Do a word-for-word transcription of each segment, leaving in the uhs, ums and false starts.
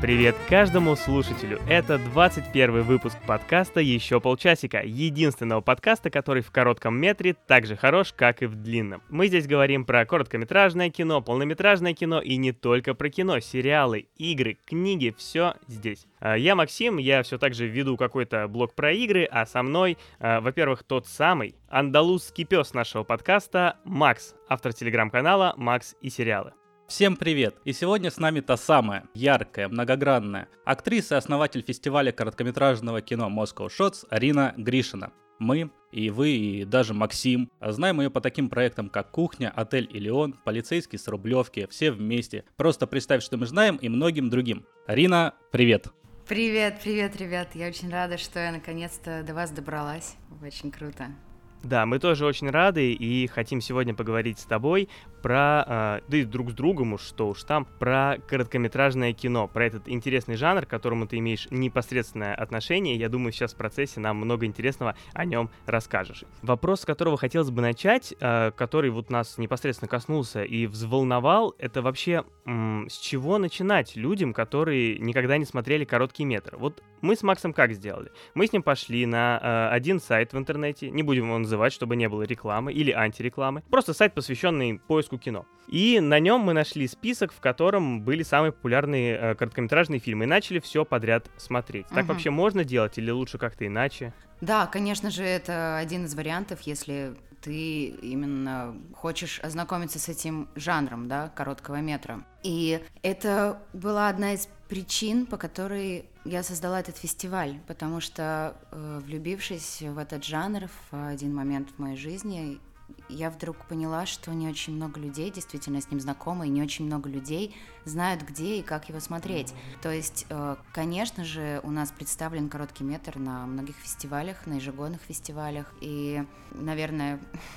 Привет каждому слушателю! Это двадцать первый выпуск подкаста «Еще полчасика», единственного подкаста, который в коротком метре так же хорош, как и в длинном. Мы здесь говорим про короткометражное кино, полнометражное кино и не только про кино, сериалы, игры, книги, все здесь. Я Максим, я все так же веду какой-то блог про игры, а со мной, во-первых, тот самый андалузский пес нашего подкаста Макс, автор телеграм-канала «Макс и сериалы». Всем привет! И сегодня с нами та самая, яркая, многогранная актриса и основатель фестиваля короткометражного кино Moscow Shots Арина Гришина. Мы, и вы, и даже Максим, знаем ее по таким проектам, как «Кухня», «Отель Элеон», «Полицейский с Рублевки», «Все вместе». Просто представь, что мы знаем, и многим другим. Арина, привет! Привет, привет, ребят! Я очень рада, что я наконец-то до вас добралась. Очень круто. Да, мы тоже очень рады и хотим сегодня поговорить с тобой про, э, да и друг с другом уж, что уж там, про короткометражное кино, про этот интересный жанр, к которому ты имеешь непосредственное отношение. Я думаю, сейчас в процессе нам много интересного о нем расскажешь. Вопрос, с которого хотелось бы начать, э, который вот нас непосредственно коснулся и взволновал, это вообще м- с чего начинать людям, которые никогда не смотрели короткий метр? Вот мы с Максом как сделали? Мы с ним пошли на э, один сайт в интернете, не будем его называть, чтобы не было рекламы или антирекламы, просто сайт, посвященный поиску кино. И на нем мы нашли список, в котором были самые популярные э, короткометражные фильмы, и начали все подряд смотреть. Так Угу. вообще можно делать или лучше как-то иначе? Да, конечно же, это один из вариантов, если ты именно хочешь ознакомиться с этим жанром, да, короткого метра. И это была одна из причин, по которой я создала этот фестиваль, потому что, э, влюбившись в этот жанр в один момент в моей жизни, я вдруг поняла, что не очень много людей действительно с ним знакомы, и не очень много людей знают, где и как его смотреть. То есть, э, конечно же, у нас представлен короткий метр на многих фестивалях, на ежегодных фестивалях, и, наверное,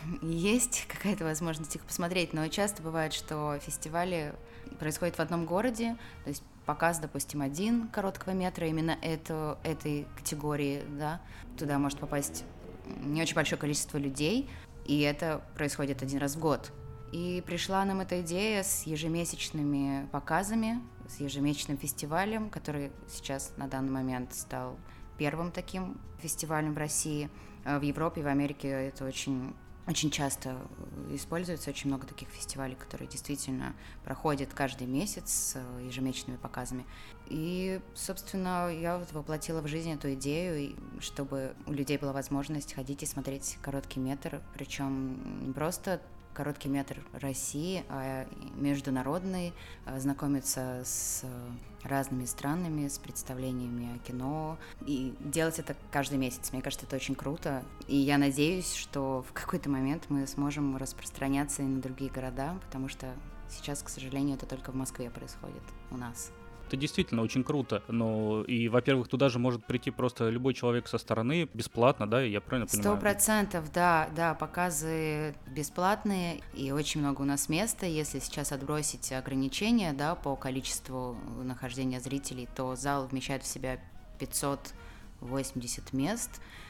есть какая-то возможность их посмотреть, но часто бывает, что фестивали происходят в одном городе, то есть показ, допустим, один короткого метра именно это, этой категории, да, туда может попасть не очень большое количество людей, и это происходит один раз в год. И пришла нам эта идея с ежемесячными показами, с ежемесячным фестивалем, который сейчас на данный момент стал первым таким фестивалем в России. В Европе и в Америке это очень, очень часто используется, очень много таких фестивалей, которые действительно проходят каждый месяц с ежемесячными показами. И, собственно, я вот воплотила в жизнь эту идею, чтобы у людей была возможность ходить и смотреть короткий метр, причем не просто короткий метр России, а международный, знакомиться с разными странами, с представлениями о кино, и делать это каждый месяц. Мне кажется, это очень круто, и я надеюсь, что в какой-то момент мы сможем распространяться и на другие города, потому что сейчас, к сожалению, это только в Москве происходит у нас. Это действительно очень круто, но и, во-первых, туда же может прийти просто любой человек со стороны бесплатно, да, я правильно понимаю? Сто процентов, да, да, показы бесплатные, и очень много у нас места. Если сейчас отбросить ограничения, да, по количеству нахождения зрителей, то зал вмещает в себя пятьсот восемьдесят мест.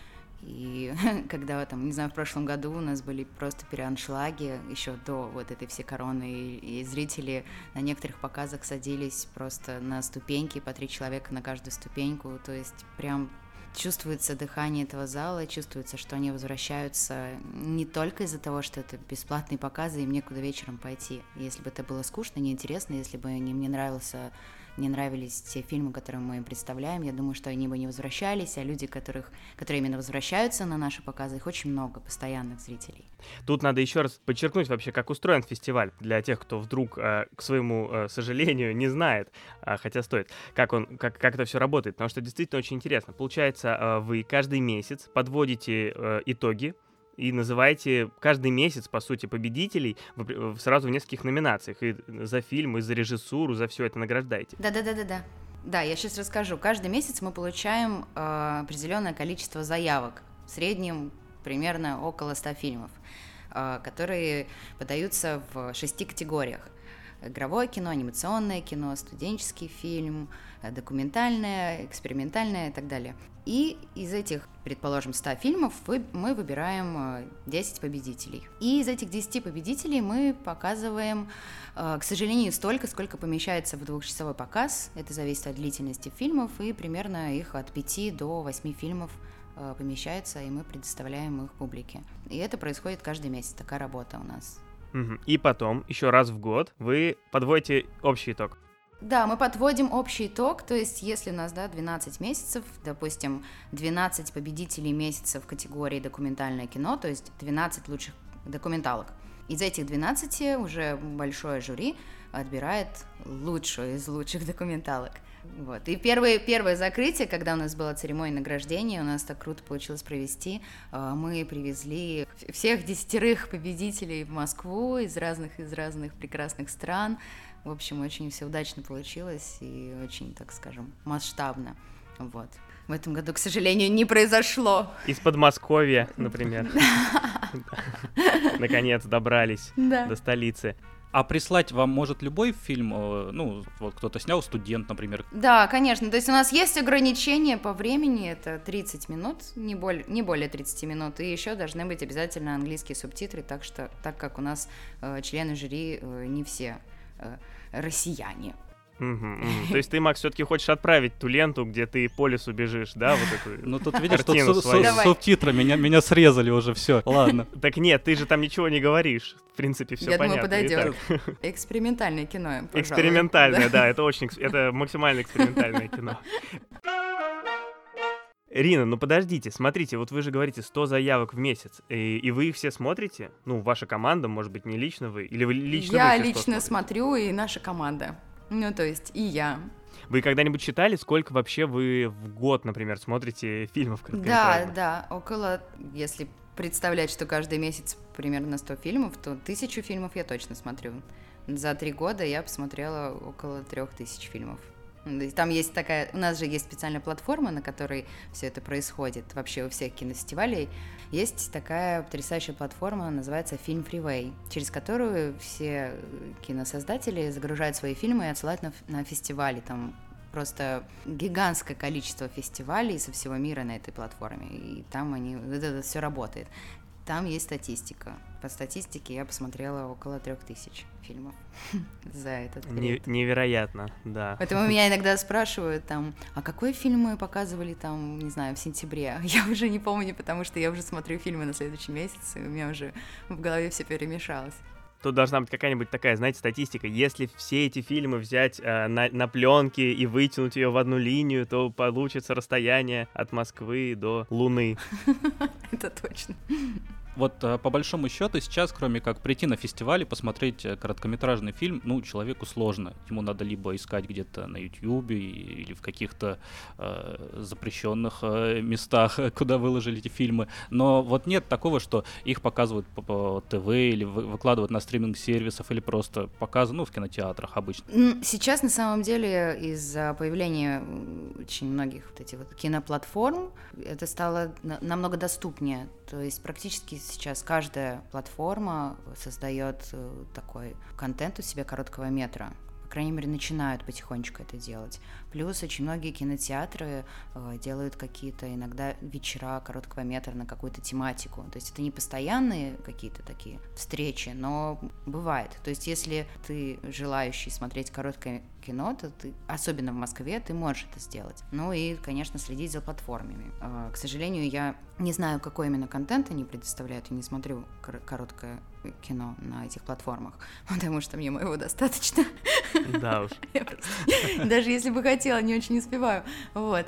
И когда, там, не знаю, в прошлом году у нас были просто переаншлаги еще до вот этой всей короны, и, и зрители на некоторых показах садились просто на ступеньки, по три человека на каждую ступеньку, то есть прям чувствуется дыхание этого зала, чувствуется, что они возвращаются не только из-за того, что это бесплатные показы, им некуда вечером пойти. Если бы это было скучно, неинтересно, если бы им не нравился не нравились те фильмы, которые мы им представляем, я думаю, что они бы не возвращались, а люди, которых, которые именно возвращаются на наши показы, их очень много, постоянных зрителей. Тут надо еще раз подчеркнуть вообще, как устроен фестиваль, для тех, кто вдруг, э, к своему э, сожалению, не знает, э, хотя стоит, как, он, как, как это все работает, потому что действительно очень интересно. Получается, э, вы каждый месяц подводите э, итоги, и называете каждый месяц, по сути, победителей в, в, сразу в нескольких номинациях. И за фильм, и за режиссуру, за все это награждаете. Да-да-да-да-да. Да, я сейчас расскажу. Каждый месяц мы получаем э, определенное количество заявок. В среднем примерно около ста фильмов, э, которые подаются в шести категориях. игровое кино, анимационное кино, студенческий фильм, документальное, экспериментальное и так далее. И из этих, предположим, ста фильмов мы выбираем десять победителей. И из этих десяти победителей мы показываем, к сожалению, столько, сколько помещается в двухчасовой показ. Это зависит от длительности фильмов, и примерно их от пяти до восьми фильмов помещается, и мы предоставляем их публике. И это происходит каждый месяц, такая работа у нас. И потом, еще раз в год, вы подводите общий итог. Да, мы подводим общий итог, то есть если у нас, да, двенадцать месяцев, допустим, двенадцать победителей месяца в категории документальное кино, то есть двенадцать лучших документалок. Из этих двенадцати уже большое жюри отбирает лучшую из лучших документалок. Вот. И первое, первое закрытие, когда у нас была церемония награждения, у нас так круто получилось провести, мы привезли всех десятерых победителей в Москву из разных, из разных прекрасных стран. В общем, очень все удачно получилось и очень, так скажем, масштабно. Вот. В этом году, к сожалению, не произошло. Из Подмосковья, например. Наконец добрались до столицы. А прислать вам может любой фильм, ну, вот кто-то снял, студент, например? Да, конечно, то есть у нас есть ограничения по времени, это тридцать минут, не более, не более тридцать минут, и еще должны быть обязательно английские субтитры, так, что, так как у нас э, члены жюри э, не все э, россияне. Угу, угу. То есть ты, Макс, все-таки хочешь отправить ту ленту, где ты по лесу бежишь, да, вот эту. Ну тут видишь, тут су- су- субтитры меня, меня срезали уже, все, ладно. Так нет, ты же там ничего не говоришь, в принципе, все понятно. Я думаю, подойдет. Экспериментальное кино, пожалуй. Экспериментальное, да, это очень, это максимально экспериментальное кино. Рина, ну подождите, смотрите, вот вы же говорите сто заявок в месяц, и, и вы их все смотрите? Ну, ваша команда, может быть, не лично вы? Или вы лично Я вы лично смотрю, и наша команда. Ну, то есть и я. Вы когда-нибудь считали, сколько вообще вы в год, например, смотрите фильмов короткометражных? Да, да, около, если представлять, что каждый месяц примерно сто фильмов, то тысячу фильмов я точно смотрю. За три года я посмотрела около трех тысяч фильмов. Там есть такая, у нас же есть специальная платформа, на которой все это происходит, вообще у всех кинофестивалей. Есть такая потрясающая платформа, называется Film Freeway, через которую все киносоздатели загружают свои фильмы и отсылают на, на фестивали. Там просто гигантское количество фестивалей со всего мира на этой платформе, и там они, это, это все работает. Там есть статистика. По статистике я посмотрела около трех тысяч фильмов за этот период. Невероятно, да. Поэтому меня иногда спрашивают там, а какой фильм мы показывали там, не знаю, в сентябре? Я уже не помню, потому что я уже смотрю фильмы на следующий месяц, и у меня уже в голове все перемешалось. Тут должна быть какая-нибудь такая, знаете, статистика. Если все эти фильмы взять э, на, на пленке и вытянуть ее в одну линию, то получится расстояние от Москвы до Луны. Это точно. Вот по большому счету сейчас, кроме как прийти на фестиваль и посмотреть короткометражный фильм, ну, человеку сложно. Ему надо либо искать где-то на Ютьюбе или в каких-то э, запрещенных э, местах, куда выложили эти фильмы. Но вот нет такого, что их показывают по, по ТВ или вы, выкладывают на стриминг-сервисах или просто показывают, ну, в кинотеатрах обычно. Сейчас, на самом деле, из-за появления очень многих вот этих вот киноплатформ, это стало намного доступнее. То есть практически сейчас каждая платформа создает такой контент у себя короткого метра. По крайней мере, начинают потихонечку это делать. Плюс очень многие кинотеатры э, делают какие-то иногда вечера короткого метра на какую-то тематику. То есть это не постоянные какие-то такие встречи, но бывает. То есть если ты желающий смотреть короткое кино, то ты, особенно в Москве, ты можешь это сделать. Ну и, конечно, следить за платформами. Э, к сожалению, я не знаю, какой именно контент они предоставляют, и не смотрю кор- короткое кино на этих платформах, потому что мне моего достаточно. Да уж. Даже если бы хотела, не очень успеваю. Вот.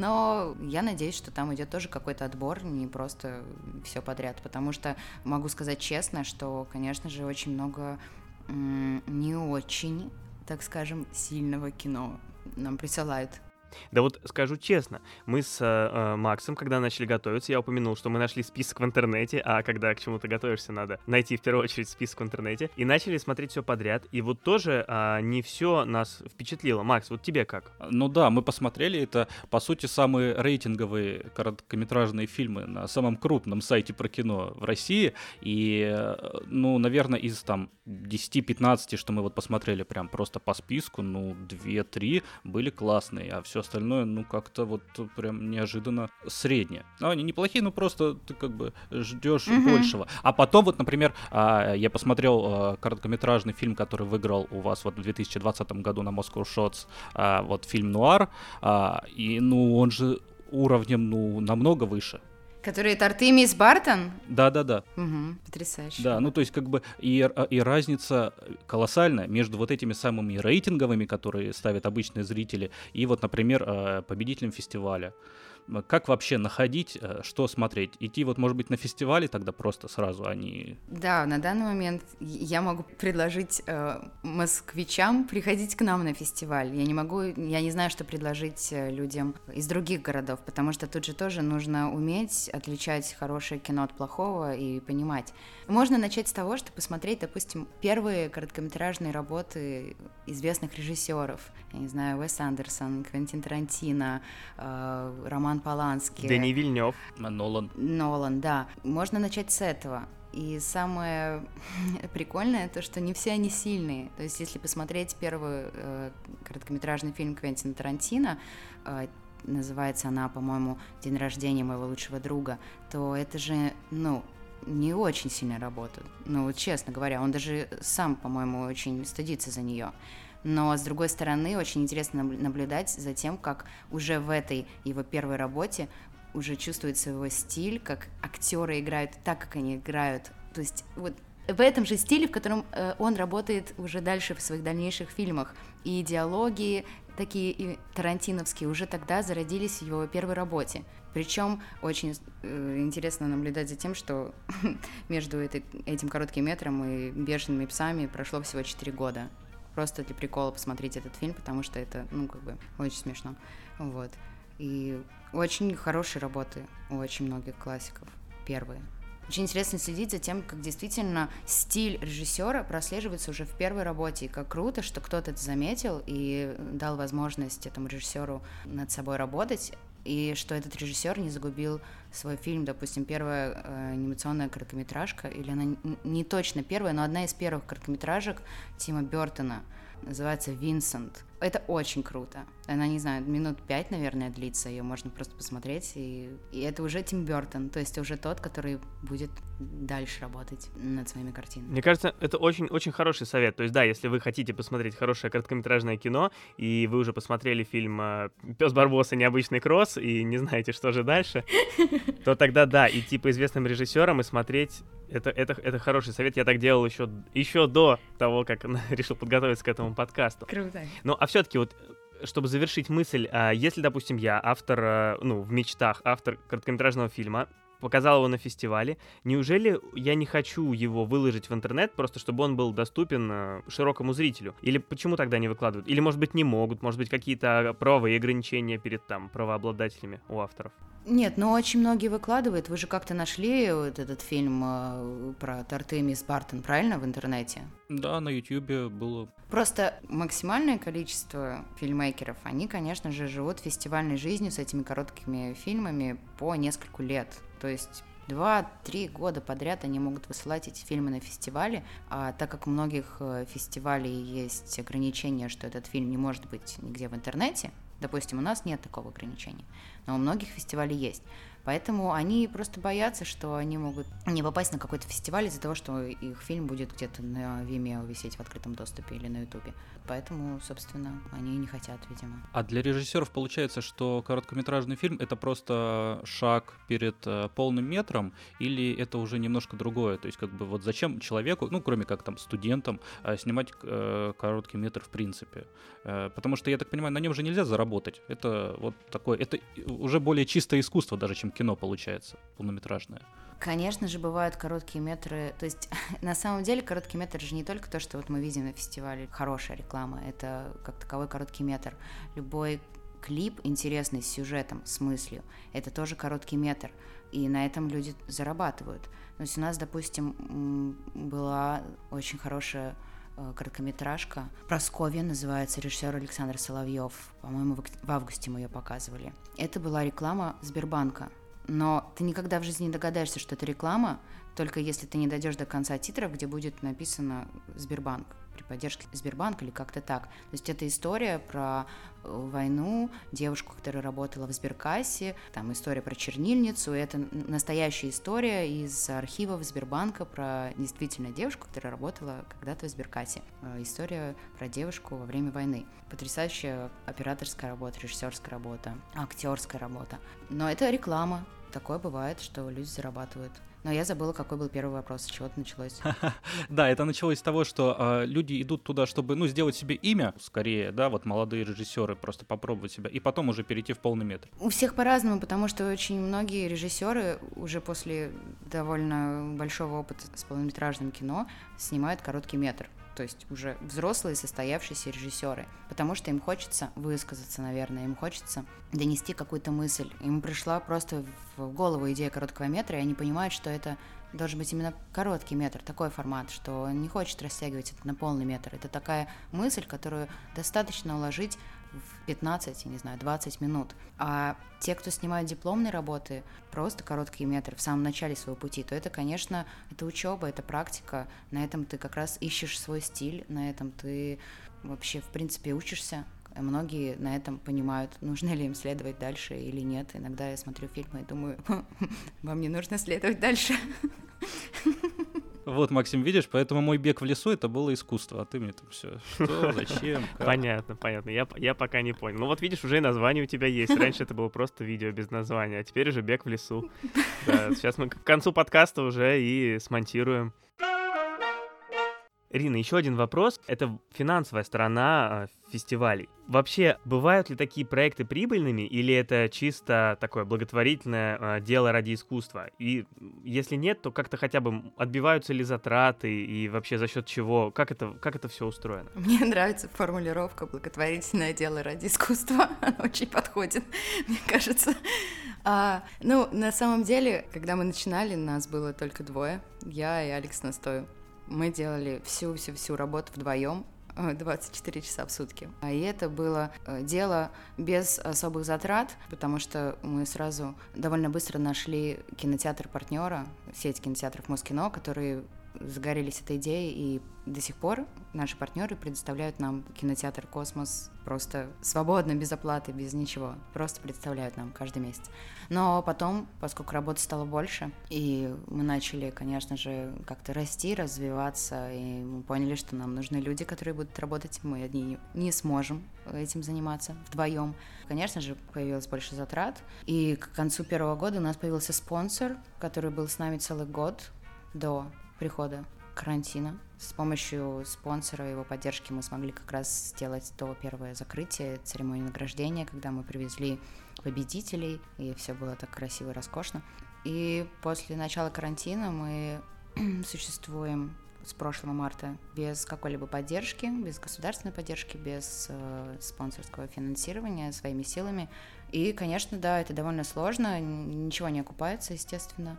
Но я надеюсь, что там идет тоже какой-то отбор, не просто все подряд, потому что могу сказать честно, что, конечно же, очень много м- не очень, так скажем, сильного кино нам присылают. Да вот скажу честно, мы с э, Максом, когда начали готовиться, я упомянул, что мы нашли список в интернете, а когда к чему-то готовишься, надо найти в первую очередь список в интернете, и начали смотреть все подряд, и вот тоже э, не все нас впечатлило. Макс, вот тебе как? Ну да, мы посмотрели, это, по сути, самые рейтинговые короткометражные фильмы на самом крупном сайте про кино в России, и, ну, наверное, из там десяти-пятнадцати, что мы вот посмотрели прям просто по списку, ну, две-три были классные, а все остальное, ну, как-то вот прям неожиданно среднее. Ну, они неплохие, но просто ты как бы ждешь mm-hmm. большего. А потом вот, например, я посмотрел короткометражный фильм, который выиграл у вас вот в две тысячи двадцатом году на Moscow Shots, вот фильм «Нуар», и, ну, он же уровнем, ну, намного выше. Который это Артемис Бартон? Да-да-да. Угу, потрясающе. Да, ну то есть как бы и, и разница колоссальная между вот этими самыми рейтинговыми, которые ставят обычные зрители, и вот, например, победителем фестиваля. Как вообще находить, что смотреть? Идти вот, может быть, на фестивале тогда просто сразу, а не... Да, на данный момент я могу предложить э, москвичам приходить к нам на фестиваль. Я не могу, я не знаю, что предложить людям из других городов, потому что тут же тоже нужно уметь отличать хорошее кино от плохого и понимать. Можно начать с того, что посмотреть, допустим, первые короткометражные работы известных режиссеров. Я не знаю, Уэс Андерсон, Квентин Тарантино, э, Роман Полански. Дени Вильнёв. Нолан. Нолан, да. Можно начать с этого. И самое прикольное то, что не все они сильные. То есть, если посмотреть первый э, короткометражный фильм Квентина Тарантино, э, называется она, по-моему, «День рождения моего лучшего друга», то это же, ну, не очень сильно работает. Ну, вот честно говоря, он даже сам, по-моему, очень стыдится за нее. Но, с другой стороны, очень интересно наблюдать за тем, как уже в этой его первой работе уже чувствуется его стиль, как актеры играют так, как они играют. То есть вот в этом же стиле, в котором э, он работает уже дальше в своих дальнейших фильмах. И диалоги такие и тарантиновские уже тогда зародились в его первой работе. Причем очень э, интересно наблюдать за тем, что между этой, этим коротким метром и «Бешеными псами» прошло всего четыре года. Просто для прикола посмотреть этот фильм, потому что это, ну, как бы, очень смешно. Вот. И очень хорошие работы у очень многих классиков, первые. Очень интересно следить за тем, как действительно стиль режиссера прослеживается уже в первой работе, и как круто, что кто-то это заметил и дал возможность этому режиссеру над собой работать, и что этот режиссер не загубил свой фильм. Допустим, первая э, анимационная короткометражка, или она не точно первая, но одна из первых короткометражек Тима Бёртона, называется «Винсент». Это очень круто. Она, не знаю, минут пять, наверное, длится, ее можно просто посмотреть, и, и это уже Тим Бёртон, то есть уже тот, который будет дальше работать над своими картинами. Мне кажется, это очень-очень хороший совет. То есть, да, если вы хотите посмотреть хорошее короткометражное кино, и вы уже посмотрели фильм «Пёс Барбос и необычный кросс», и не знаете, что же дальше, то тогда, да, идти по известным режиссерам и смотреть. Это, это, это хороший совет. Я так делал еще, еще до того, как решил подготовиться к этому подкасту. Круто. Ну, а все-таки вот, чтобы завершить мысль, если, допустим, я автор, ну, в мечтах, автор короткометражного фильма, показал его на фестивале, неужели я не хочу его выложить в интернет, просто чтобы он был доступен широкому зрителю? Или почему тогда не выкладывают? Или, может быть, не могут? Может быть, какие-то правовые ограничения перед там правообладателями у авторов? Нет, но очень многие выкладывают. Вы же как-то нашли вот этот фильм э, про Артемис Бартон, правильно, в интернете? Да, на Ютьюбе было. Просто максимальное количество фильммейкеров, они, конечно же, живут фестивальной жизнью с этими короткими фильмами по нескольку лет. То есть два-три года подряд они могут высылать эти фильмы на фестивали, а так как у многих фестивалей есть ограничение, что этот фильм не может быть нигде в интернете, допустим, у нас нет такого ограничения, но у многих фестивалей есть. Поэтому они просто боятся, что они могут не попасть на какой-то фестиваль из-за того, что их фильм будет где-то на Vimeo висеть в открытом доступе или на Ютубе. Поэтому, собственно, они не хотят, видимо. А для режиссеров получается, что короткометражный фильм — это просто шаг перед э, полным метром, или это уже немножко другое? То есть как бы вот зачем человеку, ну, кроме как там студентам, э, снимать э, короткий метр в принципе? Э, потому что, я так понимаю, на нем же нельзя заработать. Это вот такое, это уже более чистое искусство даже, чем кино получается, полнометражное. Конечно же, бывают короткие метры. То есть, на самом деле, короткий метр же не только то, что вот мы видим на фестивале, хорошая реклама, это как таковой короткий метр. Любой клип интересный с сюжетом, с мыслью, это тоже короткий метр, и на этом люди зарабатывают. То есть у нас, допустим, была очень хорошая короткометражка. «Прасковья» называется, режиссер Александр Соловьев. По-моему, в августе мы ее показывали. Это была реклама Сбербанка. Но ты никогда в жизни не догадаешься, что это реклама, только если ты не дойдешь до конца титров, где будет написано «Сбербанк», при поддержке Сбербанка или как-то так. То есть это история про войну, девушку, которая работала в сберкассе, там история про чернильницу, это настоящая история из архивов Сбербанка про действительно девушку, которая работала когда-то в сберкассе. История про девушку во время войны. Потрясающая операторская работа, режиссерская работа, актерская работа. Но это реклама. Такое бывает, что люди зарабатывают. Но я забыла, какой был первый вопрос, с чего это началось. Да, это началось с того, что э, люди идут туда, чтобы, ну, сделать себе имя, скорее, да, вот молодые режиссеры просто попробовать себя, и потом уже перейти в полный метр. У всех по-разному, потому что очень многие режиссеры уже после довольно большого опыта с полнометражным кино снимают короткий метр. То есть уже взрослые, состоявшиеся режиссеры, потому что им хочется высказаться, наверное, им хочется донести какую-то мысль. Им пришла просто в голову идея короткого метра, и они понимают, что это должен быть именно короткий метр, такой формат, что он не хочет растягивать это на полный метр. Это такая мысль, которую достаточно уложить в пятнадцать, не знаю, двадцать минут. А те, кто снимают дипломные работы, просто короткие метры в самом начале своего пути, то это, конечно, это учеба, это практика. На этом ты как раз ищешь свой стиль, на этом ты вообще, в принципе, учишься. Многие на этом понимают, нужно ли им следовать дальше или нет. Иногда я смотрю фильмы и думаю, вам не нужно следовать дальше. Вот, Максим, видишь, поэтому мой бег в лесу — это было искусство, а ты мне там все, что, зачем, как? Понятно, понятно, я, я пока не понял. Ну вот видишь, уже и название у тебя есть. Раньше это было просто видео без названия, а теперь уже бег в лесу. Да, сейчас мы к концу подкаста уже и смонтируем. Ирина, еще один вопрос. Это финансовая сторона э, фестивалей. Вообще, бывают ли такие проекты прибыльными, или это чисто такое благотворительное э, дело ради искусства? И если нет, то как-то хотя бы отбиваются ли затраты, и вообще за счет чего? Как это, как это все устроено? Мне нравится формулировка «благотворительное дело ради искусства». Она очень подходит, мне кажется. А, ну, на самом деле, когда мы начинали, нас было только двое. Я и Алекс Настою. Мы делали всю-всю-всю работу вдвоем, двадцать четыре часа в сутки. И это было дело без особых затрат, потому что мы сразу довольно быстро нашли кинотеатр-партнера, сеть кинотеатров Москино, которые загорелись этой идеей, и до сих пор наши партнеры предоставляют нам кинотеатр «Космос» просто свободно, без оплаты, без ничего. Просто предоставляют нам каждый месяц. Но потом, поскольку работы стало больше, и мы начали, конечно же, как-то расти, развиваться, и мы поняли, что нам нужны люди, которые будут работать. Мы одни не сможем этим заниматься вдвоем. Конечно же, появилось больше затрат. И к концу первого года у нас появился спонсор, который был с нами целый год до прихода карантина. С помощью спонсора и его поддержки мы смогли как раз сделать то первое закрытие, церемонию награждения, когда мы привезли победителей, и все было так красиво и роскошно. И после начала карантина мы существуем с прошлого марта без какой-либо поддержки, без государственной поддержки, без э, спонсорского финансирования, своими силами. И, конечно, да, это довольно сложно, ничего не окупается, естественно,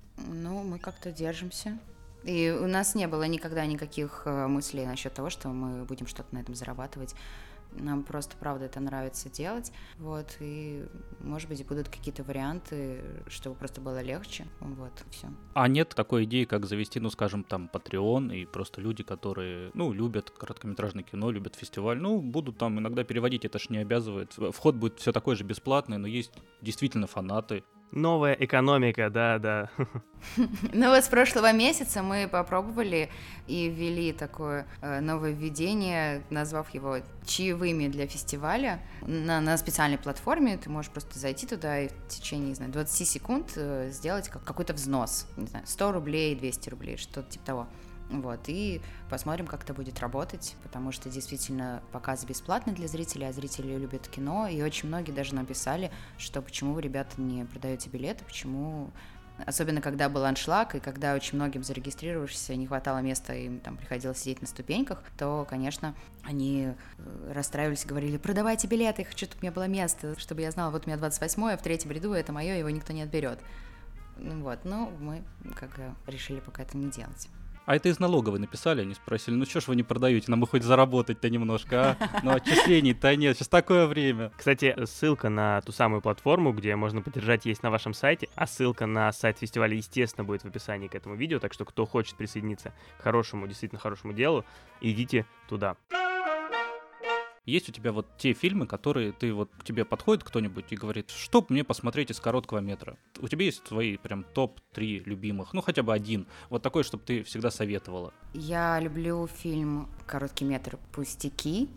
но мы как-то держимся. И у нас не было никогда никаких мыслей насчет того, что мы будем что-то на этом зарабатывать. Нам просто, правда, это нравится делать. Вот, и, может быть, будут какие-то варианты, чтобы просто было легче. Вот, все. А нет такой идеи, как завести, ну, скажем, там, Patreon, и просто люди, которые, ну, любят короткометражное кино, любят фестиваль, ну, будут там иногда переводить, это ж не обязывает. Вход будет все такой же бесплатный, но есть действительно фанаты. Новая экономика, да, да. Ну вот с прошлого месяца мы попробовали и ввели такое э, нововведение, назвав его чаевыми для фестиваля. На, на специальной платформе ты можешь просто зайти туда и в течение, не знаю, двадцать секунд э, сделать как, какой-то взнос, не знаю, сто рублей, двести рублей, что-то типа того. Вот, и посмотрим, как это будет работать, потому что действительно показ бесплатный для зрителей, а зрители любят кино, и очень многие даже написали, что почему вы, ребята, не продаете билеты, почему особенно когда был аншлаг, и когда очень многим зарегистрировавшимся не хватало места, им там приходилось сидеть на ступеньках, то, конечно, они расстраивались, говорили: продавайте билеты, я хочу, чтобы у меня было место, чтобы я знала, вот у меня двадцать восьмое, в третьем ряду, это мое, его никто не отберет. Вот, но мы как бы решили пока это не делать. А это из налоговой написали, они спросили: ну что ж вы не продаете, нам бы хоть заработать-то немножко, а? Ну отчислений-то нет, сейчас такое время. Кстати, ссылка на ту самую платформу, где можно поддержать, есть на вашем сайте, а ссылка на сайт фестиваля, естественно, будет в описании к этому видео, так что кто хочет присоединиться к хорошему, действительно хорошему делу, идите туда. Есть у тебя вот те фильмы, которые ты вот к тебе подходит кто-нибудь и говорит: что бы мне посмотреть из короткого метра? У тебя есть твои прям топ три любимых, ну хотя бы один, вот такой, чтобы ты всегда советовала. Я люблю фильм «Короткий метр. Пустяки»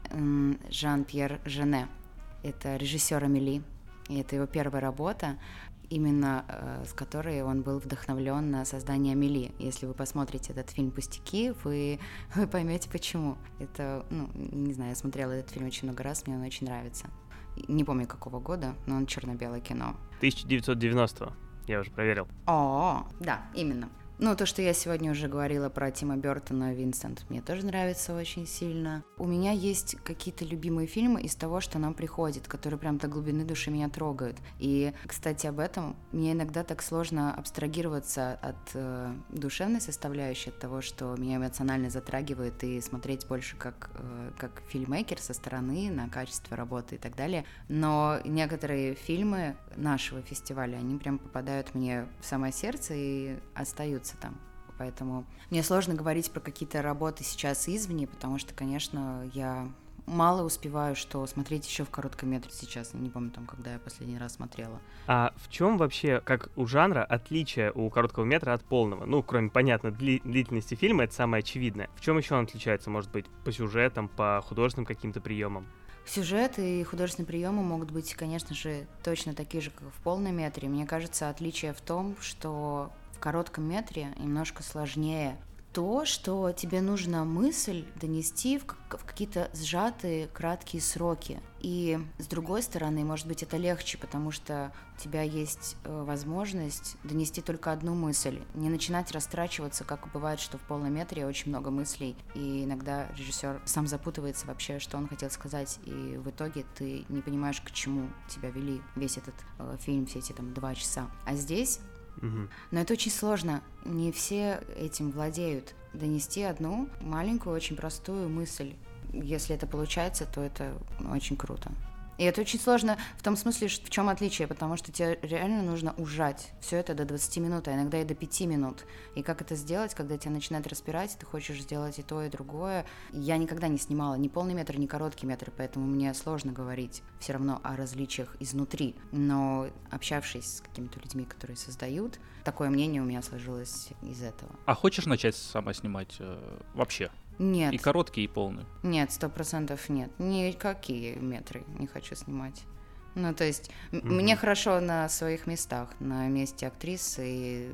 Жан-Пьер Жене. Это режиссер Амели, и это его первая работа, именно э, с которой он был вдохновлен на создание Амели. Если вы посмотрите этот фильм «Пустяки», вы, вы поймете, почему. Это, ну, не знаю, я смотрела этот фильм очень много раз, мне он очень нравится. Не помню, какого года, но он черно-белое кино. тысяча девятьсот девяностого, я уже проверил. О, да, именно. Ну, то, что я сегодня уже говорила про Тима Бёртона, Винсент, мне тоже нравится очень сильно. У меня есть какие-то любимые фильмы из того, что нам приходит, которые прям до глубины души меня трогают. И, кстати, об этом мне иногда так сложно абстрагироваться от э, душевной составляющей, от того, что меня эмоционально затрагивает, и смотреть больше как, э, как фильммейкер со стороны на качество работы и так далее. Но некоторые фильмы нашего фестиваля, они прям попадают мне в самое сердце и остаются там. Поэтому мне сложно говорить про какие-то работы сейчас извне, потому что, конечно, я мало успеваю, что смотреть еще в коротком метре сейчас. Не помню, там, когда я последний раз смотрела. А в чем вообще, как у жанра, отличие у короткого метра от полного? Ну, кроме, понятно, дли- длительности фильма, это самое очевидное. В чем еще он отличается, может быть, по сюжетам, по художественным каким-то приемам? Сюжет и художественные приемы могут быть, конечно же, точно такие же, как в полном метре. Мне кажется, отличие в том, что в коротком метре немножко сложнее то, что тебе нужно мысль донести в, как- в какие-то сжатые, краткие сроки. И с другой стороны, может быть, это легче, потому что у тебя есть э, возможность донести только одну мысль, не начинать растрачиваться, как бывает, что в полном метре очень много мыслей, и иногда режиссер сам запутывается вообще, что он хотел сказать, и в итоге ты не понимаешь, к чему тебя вели весь этот э, фильм, все эти там два часа. А здесь Угу. но это очень сложно. Не все этим владеют. Донести одну маленькую, очень простую мысль. Если это получается, то это очень круто. И это очень сложно в том смысле, в чем отличие, потому что тебе реально нужно ужать все это до двадцати минут, а иногда и до пяти минут. И как это сделать, когда тебя начинает распирать, ты хочешь сделать и то, и другое. Я никогда не снимала ни полный метр, ни короткий метр, поэтому мне сложно говорить все равно о различиях изнутри. Но общавшись с какими-то людьми, которые создают, такое мнение у меня сложилось из этого. А хочешь начать сама снимать э, вообще? Нет. И короткий, и полный? Нет, сто процентов нет. Никакие метры не хочу снимать. Ну, то есть, mm-hmm. мне хорошо на своих местах, на месте актрисы и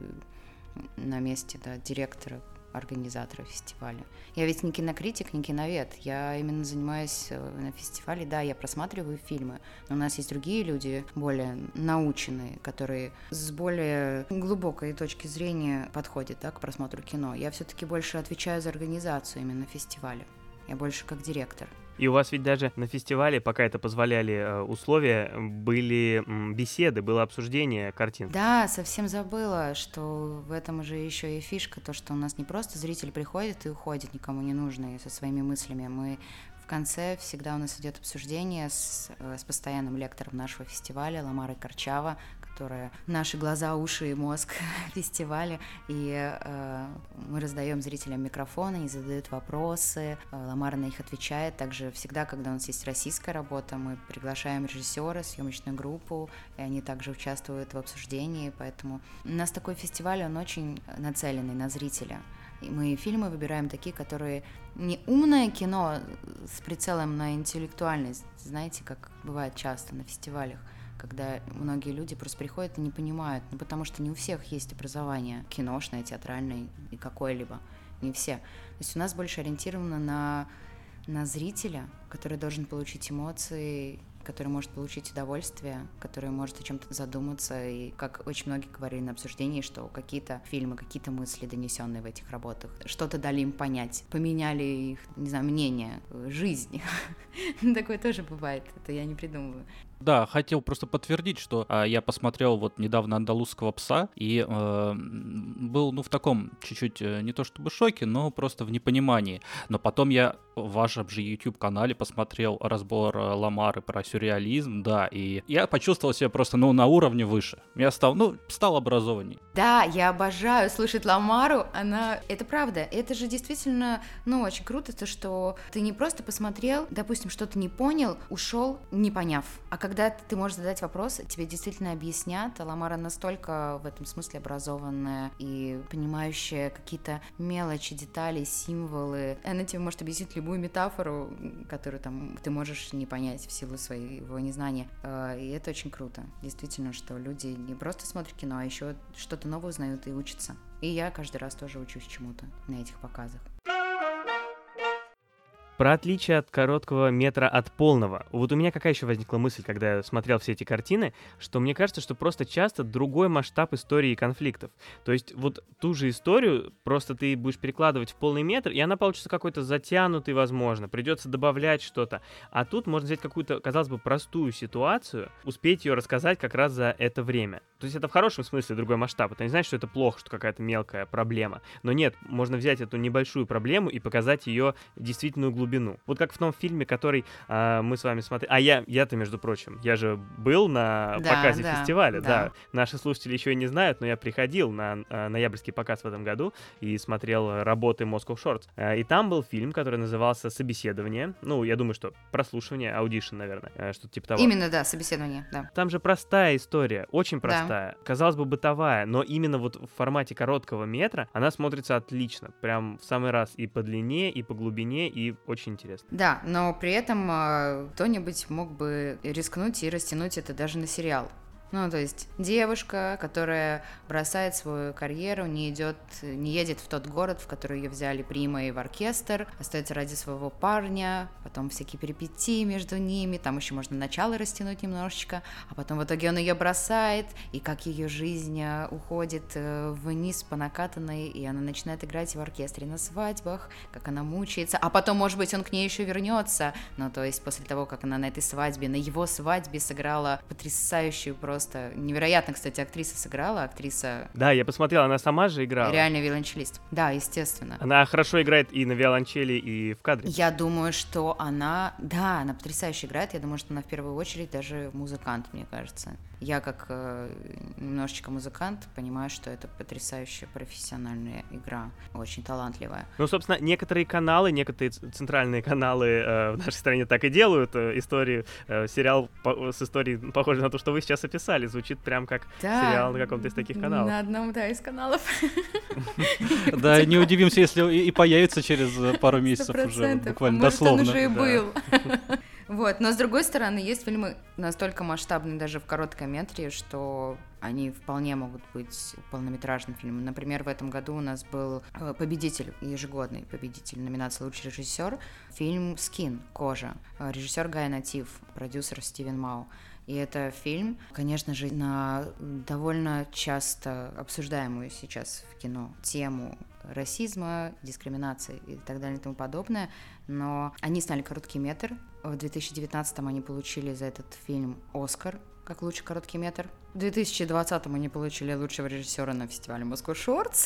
на месте, да, директора, организатора фестиваля. Я ведь не кинокритик, не киновед. Я именно занимаюсь на фестивале. Да, я просматриваю фильмы, но у нас есть другие люди, более наученные, которые с более глубокой точки зрения подходят, да, к просмотру кино. Я все-таки больше отвечаю за организацию именно фестиваля. Я больше как директор. И у вас ведь даже на фестивале, пока это позволяли э, условия, были м, беседы, было обсуждение картин. Да, совсем забыла, что в этом уже еще и фишка, то, что у нас не просто зритель приходит и уходит, никому не нужный, со своими мыслями. Мы в конце всегда у нас идет обсуждение с, с постоянным лектором нашего фестиваля Ламарой Корчава, которая наши глаза, уши и мозг фестиваля, и э, мы раздаем зрителям микрофоны, они задают вопросы, э, Ламара на них отвечает. Также всегда, когда у нас есть российская работа, мы приглашаем режиссера, съемочную группу, и они также участвуют в обсуждении, поэтому у нас такой фестиваль, он очень нацеленный на зрителя. И мы фильмы выбираем такие, которые не умное кино с прицелом на интеллектуальность, знаете, как бывает часто на фестивалях, когда многие люди просто приходят и не понимают, ну, потому что не у всех есть образование киношное, театральное и какое-либо, не все. То есть у нас больше ориентировано на, на зрителя, который должен получить эмоции, который может получить удовольствие, который может о чем-то задуматься, и как очень многие говорили на обсуждении, что какие-то фильмы, какие-то мысли, донесенные в этих работах, что-то дали им понять, поменяли их, не знаю, мнение, жизнь. Такое тоже бывает, это я не придумываю. Да, хотел просто подтвердить, что а, я посмотрел вот недавно «Андалузского пса» и э, был, ну, в таком чуть-чуть э, не то чтобы шоке, но просто в непонимании. Но потом я в вашем же YouTube-канале посмотрел разбор э, Ламары про сюрреализм, да, и я почувствовал себя просто, ну, на уровне выше. Я стал, ну, стал образованней. Да, я обожаю слушать Ламару, она... Это правда, это же действительно, ну, очень круто, то, что ты не просто посмотрел, допустим, что-то не понял, ушел, не поняв, а когда ты можешь задать вопрос, тебе действительно объяснят. Ламара настолько в этом смысле образованная и понимающая какие-то мелочи, детали, символы. Она тебе может объяснить любую метафору, которую там ты можешь не понять в силу своего незнания. И это очень круто. Действительно, что люди не просто смотрят кино, а еще что-то новое узнают и учатся. И я каждый раз тоже учусь чему-то на этих показах. Про отличие от короткого метра от полного. Вот у меня какая еще возникла мысль, когда я смотрел все эти картины, что мне кажется, что просто часто другой масштаб истории и конфликтов. То есть вот ту же историю просто ты будешь перекладывать в полный метр, и она получится какой-то затянутый, возможно, придется добавлять что-то. А тут можно взять какую-то, казалось бы, простую ситуацию, успеть ее рассказать как раз за это время. То есть это в хорошем смысле другой масштаб. Это не значит, что это плохо, что какая-то мелкая проблема. Но нет, можно взять эту небольшую проблему и показать ее действительную глубину. Вот как в том фильме, который а, мы с вами смотрели. А я, я-то, между прочим, я же был на да, показе да, фестиваля. Да. Да. Наши слушатели еще и не знают, но я приходил на а, ноябрьский показ в этом году и смотрел работы Moscow Shorts. А, и там был фильм, который назывался «Собеседование». Ну, я думаю, что прослушивание, аудишн, наверное, а, что-то типа того. Именно, да, собеседование, да. Там же простая история, очень простая. Да. Казалось бы, бытовая, но именно вот в формате короткого метра она смотрится отлично. Прям в самый раз и по длине, и по глубине, и очень интересно. Да, но при этом э, кто-нибудь мог бы рискнуть и растянуть это даже на сериал. Ну, то есть девушка, которая бросает свою карьеру, не идет, не едет в тот город, в который ее взяли примой в оркестр, остается ради своего парня, потом всякие перипетии между ними, там еще можно начало растянуть немножечко, а потом в итоге он ее бросает, и как ее жизнь уходит вниз по накатанной, и она начинает играть в оркестре на свадьбах, как она мучается, а потом, может быть, он к ней еще вернется, ну, то есть после того, как она на этой свадьбе, на его свадьбе сыграла потрясающую просто Просто невероятно, кстати, актриса сыграла, актриса... Да, я посмотрел, она сама же играла. Реальный виолончелист. Да, естественно. Она хорошо играет и на виолончели, и в кадре. Я думаю, что она... Да, она потрясающе играет. Я думаю, что она в первую очередь даже музыкант, мне кажется. Я как э, немножечко музыкант понимаю, что это потрясающая профессиональная игра, очень талантливая. Ну, собственно, некоторые каналы, некоторые центральные каналы э, в нашей стране так и делают э, истории. Э, сериал по- с историей, похожий на то, что вы сейчас описали. Звучит прям как да, сериал на каком-то из таких каналов. На одном, да, из каналов. Да, не удивимся, если и появится через пару месяцев уже, буквально дословно. Может, он уже и был. Вот, но с другой стороны, есть фильмы настолько масштабные даже в короткометре, что они вполне могут быть полнометражным фильмом. Например, в этом году у нас был победитель, ежегодный победитель номинации «Лучший режиссер», фильм «Скин. Кожа», режиссер Гай Натив, продюсер Стивен Мау. И это фильм, конечно же, на довольно часто обсуждаемую сейчас в кино тему расизма, дискриминации и так далее и тому подобное. Но они сняли короткий метр. В две тысячи девятнадцатом они получили за этот фильм «Оскар» как лучший короткий метр. В две тысячи двадцатом они получили лучшего режиссера на фестивале Moscow Shorts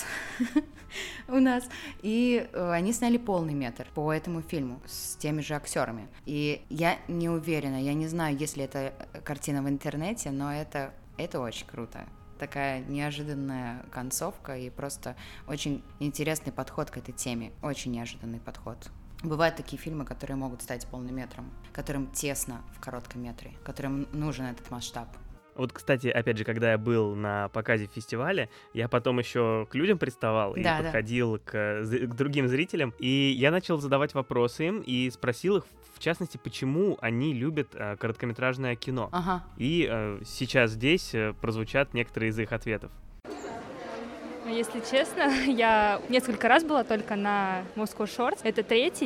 у нас. И они сняли полный метр по этому фильму с теми же актерами. И я не уверена, я не знаю, есть ли эта картина в интернете, но это, это очень круто. Такая неожиданная концовка и просто очень интересный подход к этой теме. Очень неожиданный подход. Бывают такие фильмы, которые могут стать полным метром, которым тесно в коротком метре, которым нужен этот масштаб. Вот, кстати, опять же, когда я был на показе фестиваля, я потом еще к людям приставал и да, подходил да. К, к другим зрителям, и я начал задавать вопросы им и спросил их, в частности, почему они любят э, короткометражное кино. Ага. И э, сейчас здесь э, прозвучат некоторые из их ответов. Если честно, я несколько раз была только на Moscow Shorts, это третий.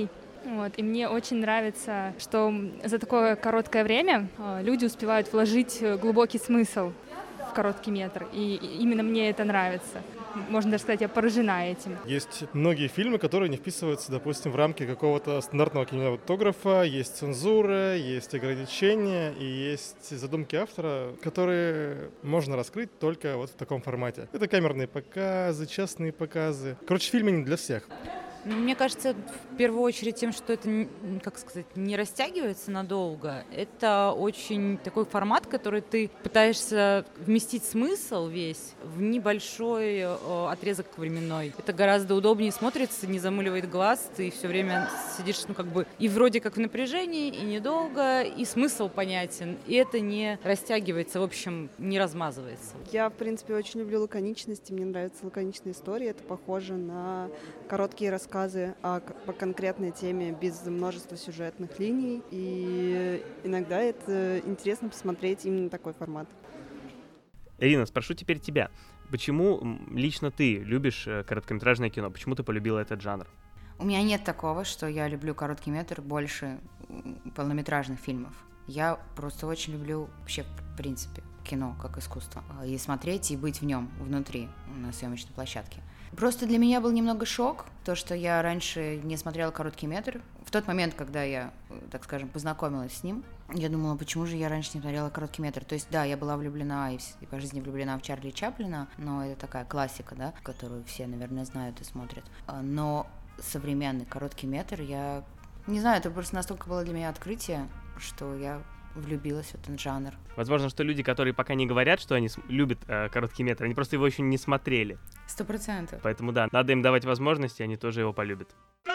Вот, и мне очень нравится, что за такое короткое время люди успевают вложить глубокий смысл в короткий метр, и именно мне это нравится. Можно даже сказать, я поражена этим. Есть многие фильмы, которые не вписываются, допустим, в рамки какого-то стандартного кинематографа. Есть цензура, есть ограничения и есть задумки автора, которые можно раскрыть только вот в таком формате. Это камерные показы, частные показы. Короче, фильмы не для всех. Мне кажется, в первую очередь тем, что это, как сказать, не растягивается надолго. Это очень такой формат, который ты пытаешься вместить смысл весь в небольшой отрезок временной. Это гораздо удобнее смотрится, не замыливает глаз, ты все время сидишь, ну, как бы, и вроде как в напряжении, и недолго, и смысл понятен, и это не растягивается, в общем, не размазывается. Я, в принципе, очень люблю лаконичность, мне нравятся лаконичные истории, это похоже на короткие рассказы о, по конкретной теме без множества сюжетных линий, и иногда это интересно посмотреть именно такой формат. Ирина, спрошу теперь тебя. Почему лично ты любишь короткометражное кино? Почему ты полюбила этот жанр? У меня нет такого, что я люблю короткий метр больше полнометражных фильмов. Я просто очень люблю вообще, в принципе, кино как искусство. И смотреть, и быть в нем, внутри, на съемочной площадке. Просто для меня был немного шок, то, что я раньше не смотрела короткий метр. В тот момент, когда я, так скажем, познакомилась с ним, я думала, почему же я раньше не смотрела короткий метр. То есть, да, я была влюблена и, и по жизни влюблена в Чарли Чаплина, но это такая классика, да, которую все, наверное, знают и смотрят. Но современный короткий метр, я не знаю, это просто настолько было для меня открытие, что я влюбилась в этот жанр. Возможно, что люди, которые пока не говорят, что они любят э, короткий метр, они просто его еще не смотрели. Сто процентов. Поэтому да, надо им давать возможности, они тоже его полюбят.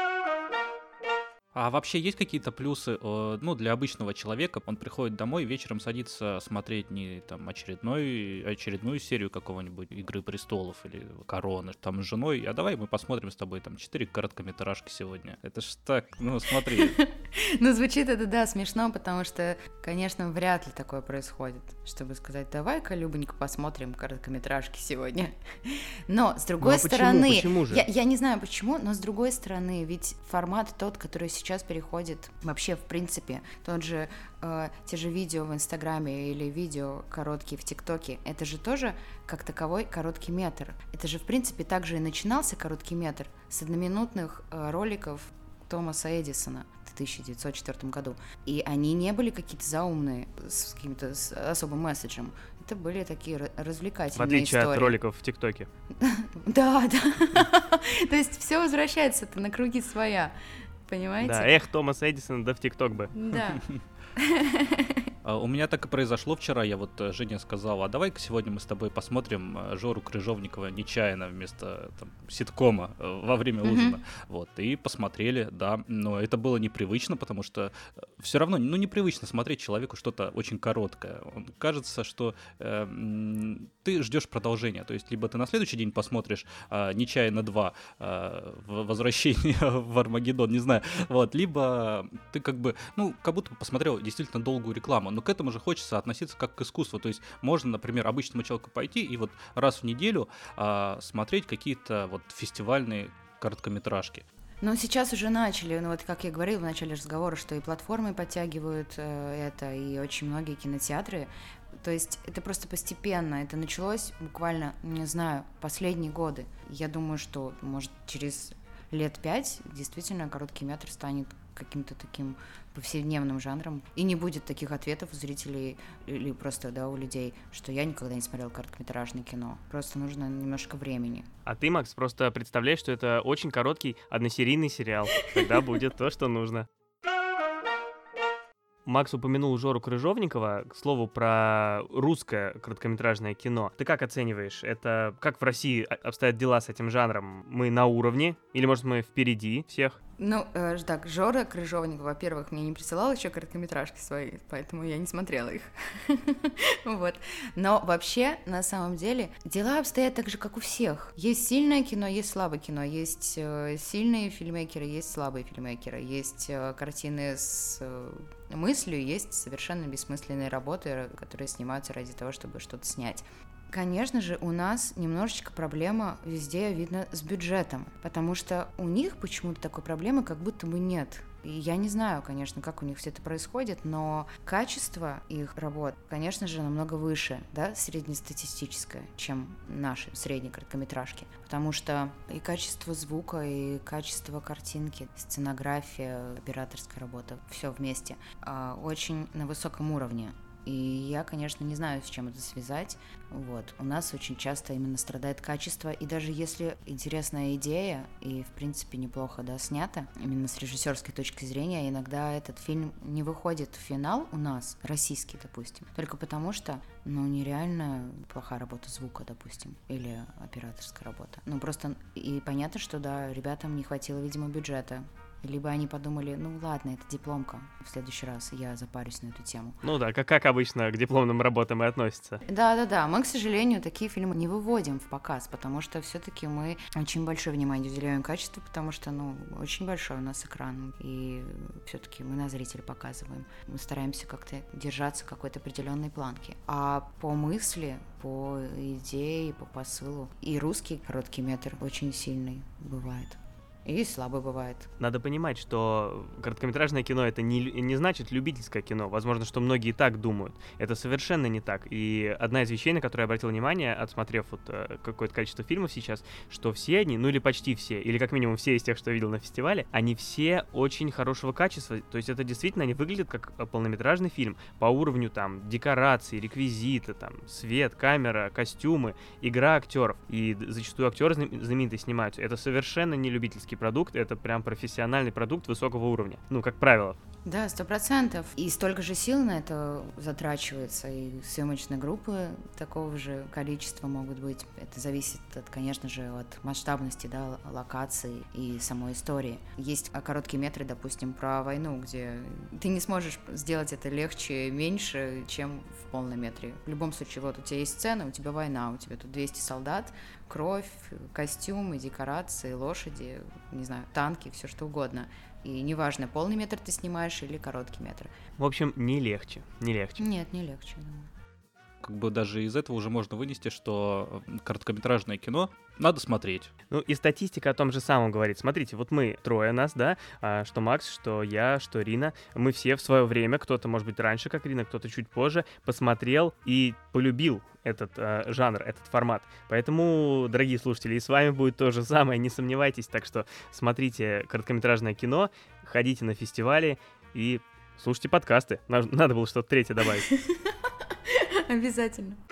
А вообще есть какие-то плюсы, э, ну, для обычного человека? Он приходит домой, вечером садится смотреть не там очередной, очередную серию какого-нибудь «Игры престолов» или «Короны», там с женой, а давай мы посмотрим с тобой там четыре короткометражки сегодня. Это ж так, ну, смотри. Ну, звучит это, да, смешно, потому что, конечно, вряд ли такое происходит, чтобы сказать, давай-ка, Любонька, посмотрим короткометражки сегодня. Но, с другой стороны, я не знаю почему, но с другой стороны, ведь формат тот, который сейчас сейчас переходит вообще, в принципе, тот же, э, те же видео в Инстаграме или видео короткие в ТикТоке, это же тоже, как таковой, короткий метр. Это же, в принципе, также и начинался короткий метр с одноминутных э, роликов Томаса Эдисона в тысяча девятьсот четвёртом году. И они не были какие-то заумные, с каким-то с особым месседжем. Это были такие развлекательные истории. В отличие от роликов в ТикТоке. Да, да. То есть все возвращается-то на круги своя. Понимаете? Да, эх, Томас Эдисон, да в ТикТок бы. Да. У меня так и произошло вчера. Я вот Жене сказал, а давай-ка сегодня мы с тобой посмотрим Жору Крыжовникова нечаянно вместо там, ситкома во время ужина. Mm-hmm. Вот, и посмотрели, да. Но это было непривычно, потому что все равно, ну, непривычно смотреть человеку что-то очень короткое. Он, кажется, что э, ты ждешь продолжения. То есть, либо ты на следующий день посмотришь э, «Нечаянно два», э, «Возвращение в Армагеддон», не знаю. Вот, либо ты как бы, ну, как будто посмотрел действительно долгую рекламу. Но к этому же хочется относиться как к искусству. То есть можно, например, обычному человеку пойти и вот раз в неделю а, смотреть какие-то вот фестивальные короткометражки. Ну, сейчас уже начали, ну вот как я говорила в начале разговора, что и платформы подтягивают э, это, и очень многие кинотеатры. То есть это просто постепенно, это началось буквально, не знаю, последние годы. Я думаю, что, может, через лет пять действительно короткий метр станет каким-то таким повседневным жанром, и не будет таких ответов у зрителей или просто, да, у людей, что я никогда не смотрела короткометражное кино. Просто нужно немножко времени. А ты, Макс, просто представляешь, что это очень короткий односерийный сериал. Тогда будет то, что нужно. Макс упомянул Жору Крыжовникова. К слову, про русское короткометражное кино. Ты как оцениваешь? Это как в России обстоят дела с этим жанром? Мы на уровне? Или, может, мы впереди всех? Ну, э, так, Жора Крыжовников, во-первых, мне не присылал еще короткометражки свои, поэтому я не смотрела их. Вот. Но вообще, на самом деле, дела обстоят так же, как у всех. Есть сильное кино, есть слабое кино, есть э, сильные фильмейкеры, есть слабые фильмейкеры, есть э, картины с э, мыслью, есть совершенно бессмысленные работы, которые снимаются ради того, чтобы что-то снять. Конечно же, у нас немножечко проблема везде видно с бюджетом, потому что у них почему-то такой проблемы как будто бы нет. И я не знаю, конечно, как у них все это происходит, но качество их работ, конечно же, намного выше, да, среднестатистическое, чем наши средние короткометражки. Потому что и качество звука, и качество картинки, сценография, операторская работа, все вместе, очень на высоком уровне. И я, конечно, не знаю, с чем это связать. Вот. У нас очень часто именно страдает качество, и даже если интересная идея и, в принципе, неплохо, да, снята, именно с режиссерской точки зрения, иногда этот фильм не выходит в финал у нас, российский, допустим, только потому что, ну, нереально плохая работа звука, допустим, или операторская работа. Ну, просто и понятно, что, да, ребятам не хватило, видимо, бюджета. Либо они подумали, ну ладно, это дипломка, в следующий раз я запарюсь на эту тему. Ну да, как, как обычно к дипломным работам и относятся. Да-да-да, мы, к сожалению, такие фильмы не выводим в показ, потому что все-таки мы очень большое внимание уделяем качеству, потому что, ну, очень большой у нас экран, и все-таки мы на зрителя показываем. Мы стараемся как-то держаться какой-то определенной планки. А по мысли, по идее, по посылу, и русский короткий метр очень сильный бывает. И слабо бывает. Надо понимать, что короткометражное кино — это не, не значит любительское кино. Возможно, что многие так думают. Это совершенно не так. И одна из вещей, на которую я обратил внимание, отсмотрев вот какое-то количество фильмов сейчас, что все они, ну или почти все, или как минимум все из тех, что я видел на фестивале, они все очень хорошего качества. То есть это действительно, они выглядят как полнометражный фильм по уровню там декораций, реквизита, там свет, камера, костюмы, игра актеров. И зачастую актеры знаменитые снимаются. Это совершенно не любительский продукт, это прям профессиональный продукт высокого уровня, ну, как правило. Да, сто процентов. И столько же сил на это затрачивается, и съемочные группы такого же количества могут быть. Это зависит, от, конечно же, от масштабности, да, локации и самой истории. Есть короткие метры, допустим, про войну, где ты не сможешь сделать это легче, меньше, чем в полном метре. В любом случае, вот у тебя есть сцена, у тебя война, у тебя тут двести солдат, кровь, костюмы, декорации, лошади, не знаю, танки, все что угодно. И неважно, полный метр ты снимаешь или короткий метр. В общем, не легче, не легче. Нет, не легче, думаю. Как бы даже из этого уже можно вынести, что короткометражное кино надо смотреть. Ну и статистика о том же самом говорит. Смотрите, вот мы, трое нас, да, а, что Макс, что я, что Рина, мы все в свое время, кто-то, может быть, раньше, как Рина, кто-то чуть позже, посмотрел и полюбил этот а, жанр, этот формат. Поэтому, дорогие слушатели, и с вами будет то же самое, не сомневайтесь. Так что смотрите короткометражное кино, ходите на фестивали и слушайте подкасты. Надо было что-то третье добавить. Обязательно.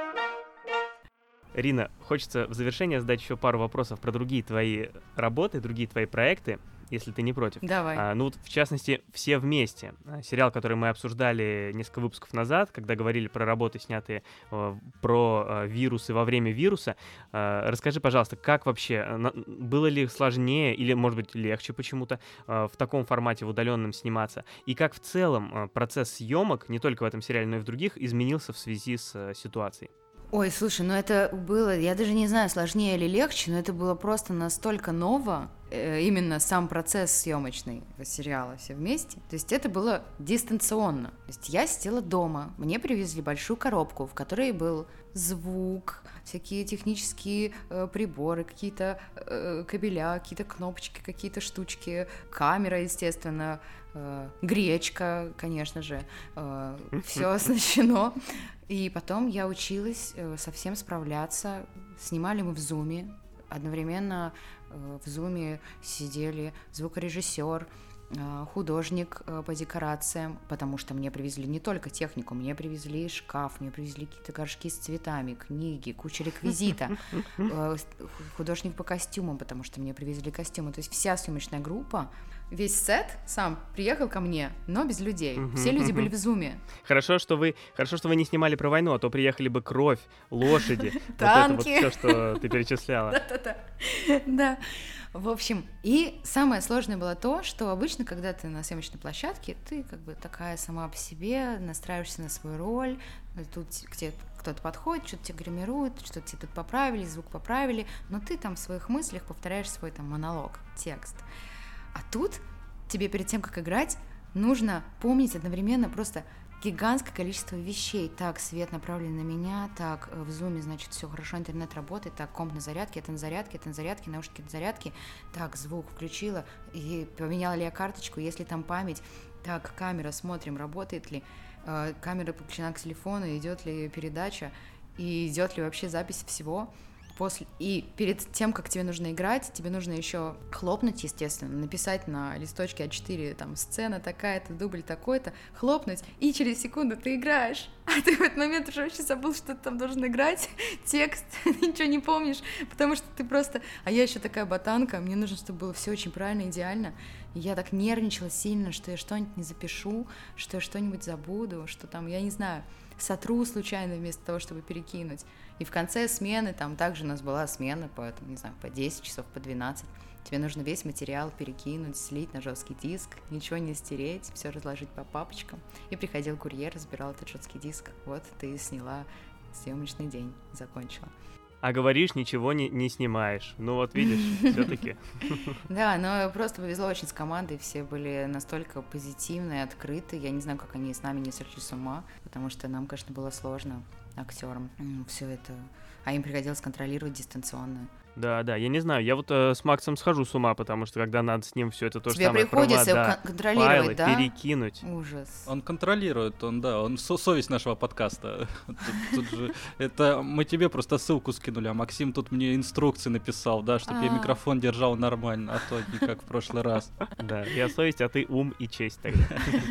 Рина, хочется в завершение задать еще пару вопросов про другие твои работы, другие твои проекты, если ты не против. Давай. А, ну, в частности, «Все вместе». Сериал, который мы обсуждали несколько выпусков назад, когда говорили про работы, снятые э, про э, вирусы во время вируса. Э, расскажи, пожалуйста, как вообще, на, было ли сложнее или, может быть, легче почему-то э, в таком формате, в удаленном сниматься? И как в целом э, процесс съемок, не только в этом сериале, но и в других, изменился в связи с э, ситуацией? Ой, слушай, ну это было, я даже не знаю, сложнее или легче, но это было просто настолько ново, э, именно сам процесс съемочный сериала «Все вместе». То есть это было дистанционно. То есть я сидела дома, мне привезли большую коробку, в которой был звук, всякие технические э, приборы, какие-то э, кабеля, какие-то кнопочки, какие-то штучки, камера, естественно, э, гречка, конечно же, э, все оснащено. И потом я училась э, совсем справляться. Снимали мы в Зуме. Одновременно э, в Зуме сидели звукорежиссер, э, художник э, по декорациям, потому что мне привезли не только технику, мне привезли шкаф, мне привезли какие-то горшки с цветами, книги, куча реквизита, э, художник по костюмам, потому что мне привезли костюмы. То есть вся съемочная группа, весь сет сам приехал ко мне, но без людей. Uh-huh, Все люди uh-huh. были в Зуме. Хорошо, что вы, хорошо, что вы не снимали про войну, а то приехали бы кровь, лошади. Танки. Вот это вот все, что ты перечисляла. Да-да-да. Да. В общем, и самое сложное было то, что обычно, когда ты на съемочной площадке, ты как бы такая сама по себе, настраиваешься на свою роль, тут к тебе кто-то подходит, что-то тебя гримирует, что-то тебе тут поправили, звук поправили, но ты там в своих мыслях повторяешь свой там монолог, текст. А тут тебе перед тем, как играть, нужно помнить одновременно просто гигантское количество вещей. Так, свет направлен на меня, так, в зуме, значит, все хорошо, интернет работает, так, комп на зарядке, это на зарядке, это на зарядке, наушники на зарядке, так, звук включила, и поменяла ли я карточку, есть ли там память, так, камера, смотрим, работает ли, э, камера подключена к телефону, идет ли передача, и идет ли вообще запись всего. После... И перед тем, как тебе нужно играть, тебе нужно еще хлопнуть, естественно, написать на листочке а четыре, там, сцена такая-то, дубль такой-то, хлопнуть, и через секунду ты играешь. А ты в этот момент уже вообще забыл, что ты там должен играть, текст, ничего не помнишь, потому что ты просто... А я еще такая ботанка, мне нужно, чтобы было все очень правильно, идеально. И я так нервничала сильно, что я что-нибудь не запишу, что я что-нибудь забуду, что там, я не знаю, сотру случайно вместо того, чтобы перекинуть. И в конце смены, там также у нас была смена по, там, не знаю, по десять часов, по двенадцать. Тебе нужно весь материал перекинуть, слить на жесткий диск, ничего не стереть, все разложить по папочкам. И приходил курьер, разбирал этот жесткий диск. Вот ты сняла съемочный день, закончила. А говоришь, ничего не, не снимаешь. Ну вот видишь, все-таки. Да, но просто повезло очень с командой, все были настолько позитивные, открыты. Я не знаю, как они с нами не сошли с ума, потому что нам, конечно, было сложно, актерам, все это. А им приходилось контролировать дистанционно. Да, да, я не знаю, я вот э, с Максом схожу с ума, потому что когда надо с ним все это то же Тебе самое приходится права, да, контролировать, файлы, да? перекинуть. Ужас. Он контролирует, он, да, он со- совесть нашего подкаста. Тут, тут же, это мы тебе просто ссылку скинули, а Максим тут мне инструкции написал, да, чтобы я микрофон держал нормально, а то не как в прошлый раз. Да, я совесть, а ты ум и честь тогда.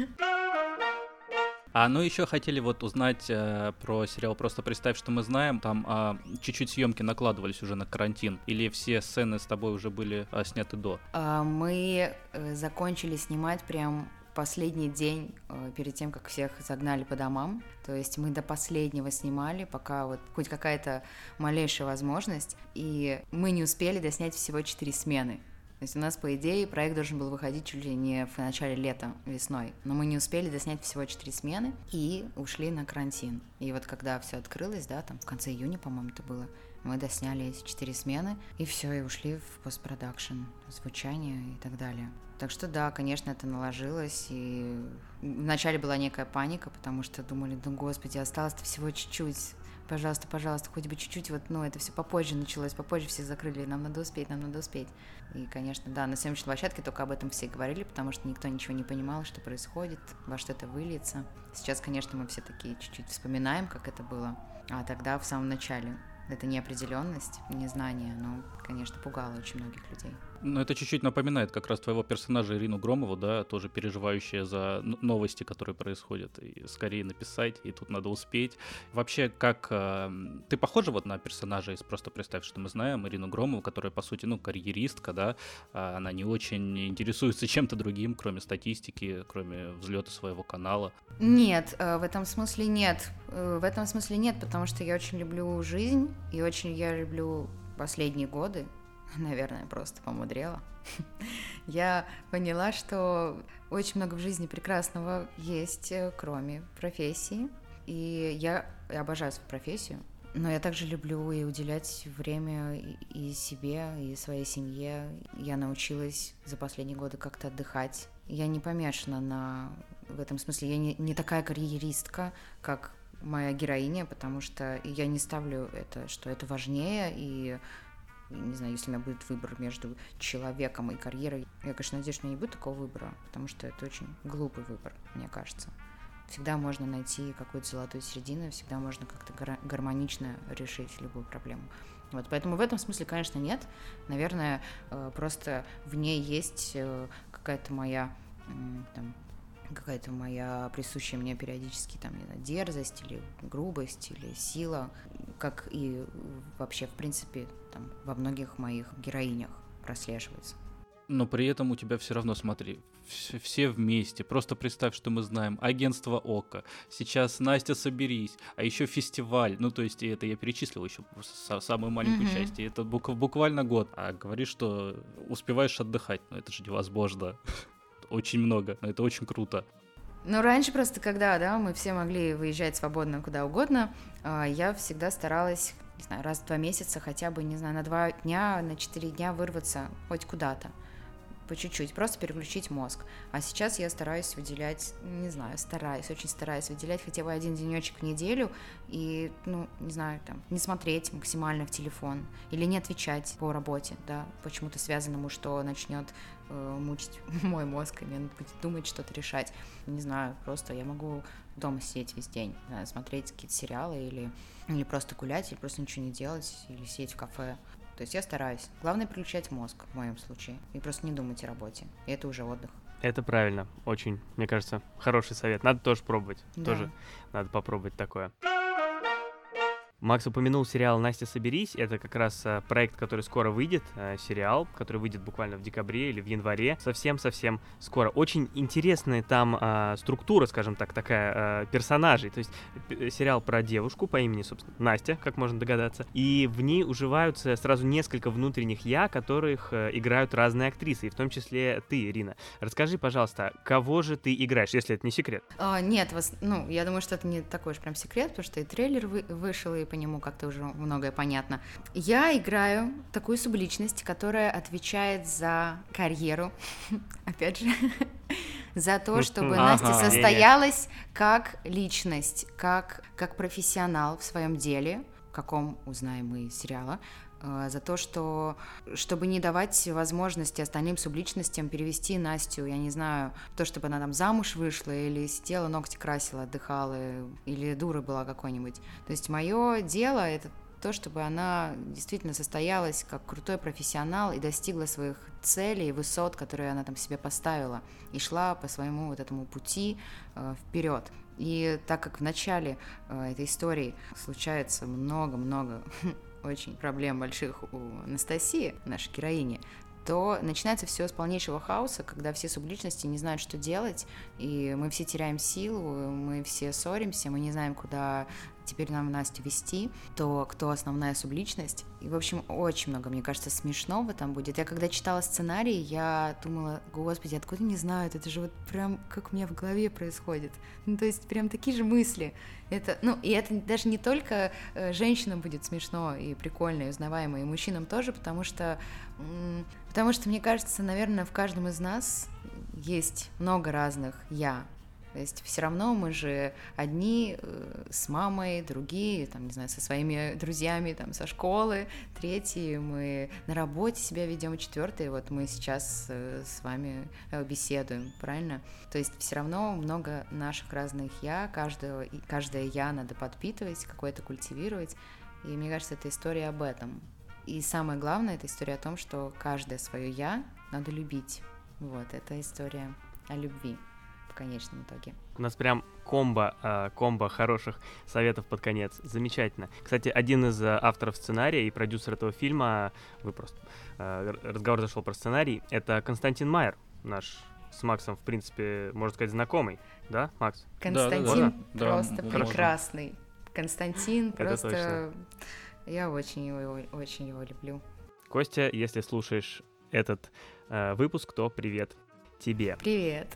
А ну еще хотели вот узнать э, про сериал «Просто представь, что мы знаем». Там э, чуть-чуть съемки накладывались уже на карантин, или все сцены с тобой уже были э, сняты до? А, мы э, закончили снимать прям последний день э, перед тем, как всех загнали по домам. То есть мы до последнего снимали, пока вот хоть какая-то малейшая возможность, и мы не успели доснять всего четыре смены. То есть у нас, по идее, проект должен был выходить чуть ли не в начале лета, весной. Но мы не успели доснять всего четыре смены и ушли на карантин. И вот когда все открылось, да, там в конце июня, по-моему, это было, мы досняли эти четыре смены, и все, и ушли в постпродакшн, звучание и так далее. Так что да, конечно, это наложилось, и вначале была некая паника, потому что думали, ну господи, осталось-то всего чуть-чуть. Пожалуйста, пожалуйста, хоть бы чуть-чуть, вот, ну, это все попозже началось, попозже все закрыли, нам надо успеть, нам надо успеть. И, конечно, да, на съемочной площадке только об этом все говорили, потому что никто ничего не понимал, что происходит, во что это выльется. Сейчас, конечно, мы все такие чуть-чуть вспоминаем, как это было, а тогда в самом начале эта неопределенность, незнание, ну, конечно, пугало очень многих людей. Ну, это чуть-чуть напоминает как раз твоего персонажа Ирину Громову, да, тоже переживающая за новости, которые происходят, и скорее написать, и тут надо успеть. Вообще, как... Э, ты похожа вот на персонажа из «Просто представь, что мы знаем», Ирину Громову, которая, по сути, ну, карьеристка, да, она не очень интересуется чем-то другим, кроме статистики, кроме взлета своего канала. Нет, в этом смысле нет. В этом смысле нет, потому что я очень люблю жизнь, и очень я люблю последние годы. Наверное, просто помудрела. Я поняла, что очень много в жизни прекрасного есть, кроме профессии. И я обожаю свою профессию, но я также люблю и уделять время и себе, и своей семье. Я научилась за последние годы как-то отдыхать. Я не помешана на... В этом смысле я не, не такая карьеристка, как моя героиня, потому что я не ставлю это, что это важнее, и... Не знаю, если у меня будет выбор между человеком и карьерой, я, конечно, надеюсь, что у меня не будет такого выбора, потому что это очень глупый выбор, мне кажется. Всегда можно найти какую-то золотую середину, всегда можно как-то гар- гармонично решить любую проблему. Вот, поэтому в этом смысле, конечно, нет. Наверное, просто в ней есть какая-то моя там, какая-то моя присущая мне периодически там, не знаю, дерзость или грубость или сила, как и вообще, в принципе, там, во многих моих героинях прослеживается. Но при этом у тебя все равно, смотри, все, все вместе. Просто представь, что мы знаем. Агентство ОККО. Сейчас Настя, соберись. А еще фестиваль. Ну, то есть, это я перечислил еще самую маленькую mm-hmm. часть. И это бук- буквально год. А говоришь, что успеваешь отдыхать. Ну, это же невозможно. Очень много, но это очень круто. Ну, раньше просто, когда, да, мы все могли выезжать свободно куда угодно, я всегда старалась, не знаю, раз в два месяца хотя бы, не знаю, на два дня, на четыре дня вырваться хоть куда-то. по чуть-чуть, просто переключить мозг. А сейчас я стараюсь выделять, не знаю, стараюсь, очень стараюсь выделять хотя бы один денечек в неделю и, ну, не знаю, там, не смотреть максимально в телефон или не отвечать по работе, да, почему-то связанному, что начнет э, мучить мой мозг, и мне надо будет думать, что-то решать. Не знаю, просто я могу дома сидеть весь день, да, смотреть какие-то сериалы или, или просто гулять, или просто ничего не делать, или сидеть в кафе. То есть я стараюсь. Главное переключать мозг в моем случае и просто не думать о работе. И это уже отдых. Это правильно. Очень, мне кажется, хороший совет. Надо тоже пробовать. Да. Тоже надо попробовать такое. Макс упомянул сериал «Настя, соберись». Это как раз а, проект, который скоро выйдет, а, сериал, который выйдет буквально в декабре или в январе. Совсем-совсем скоро. Очень интересная там а, структура, скажем так, такая а, персонажей. То есть п- сериал про девушку по имени, собственно, Настя, как можно догадаться. И в ней уживаются сразу несколько внутренних «я», которых а, играют разные актрисы, и в том числе ты, Ирина. Расскажи, пожалуйста, кого же ты играешь, если это не секрет? А, нет, вас, ну, я думаю, что это не такой уж прям секрет, потому что и трейлер вы, вышел, и по нему как-то уже многое понятно. Я играю такую субличность, которая отвечает за карьеру, опять же, за то, чтобы Настя состоялась как личность, как, как профессионал в своем деле, в каком узнаем мы из сериала, за то, что, чтобы не давать возможности остальным субличностям перевести Настю, я не знаю, то, чтобы она там замуж вышла или сидела, ногти красила, отдыхала, или дура была какой-нибудь. То есть мое дело — это то, чтобы она действительно состоялась как крутой профессионал и достигла своих целей, высот, которые она там себе поставила, и шла по своему вот этому пути э, вперед. И так как в начале э, этой истории случается много-много очень проблем больших у Анастасии, нашей героини, то начинается все с полнейшего хаоса, когда все субличности не знают, что делать, и мы все теряем силу, мы все ссоримся, мы не знаем, куда теперь нам Настю вести, то кто основная субличность. И, в общем, очень много, мне кажется, смешного там будет. Я когда читала сценарий, я думала, господи, откуда не знают, это же вот прям как у меня в голове происходит. Ну, то есть прям такие же мысли. Это, ну, и это даже не только э, женщинам будет смешно и прикольно, и узнаваемо, и мужчинам тоже, потому что, м- потому что, мне кажется, наверное, в каждом из нас есть много разных «я». То есть все равно мы же одни э, с мамой, другие, там, не знаю, со своими друзьями, там, со школы, третьи мы на работе себя ведем, четвертые вот мы сейчас э, с вами э, беседуем, правильно? То есть все равно много наших разных «я», каждого, и каждое «я» надо подпитывать, какое-то культивировать, и мне кажется, это история об этом. И самое главное, это история о том, что каждое свое «я» надо любить. Вот, это история о любви. В конечном итоге. У нас прям комбо, э, комбо хороших советов под конец. Замечательно. Кстати, один из э, авторов сценария и продюсер этого фильма, вы просто, э, разговор зашел про сценарий, это Константин Майер, наш с Максом, в принципе, можно сказать, знакомый. Да, Макс? Константин да, да, да. просто Да, прекрасный. Константин Это просто... точно. Я очень его, очень его люблю. Костя, если слушаешь этот э, выпуск, то привет тебе. Привет.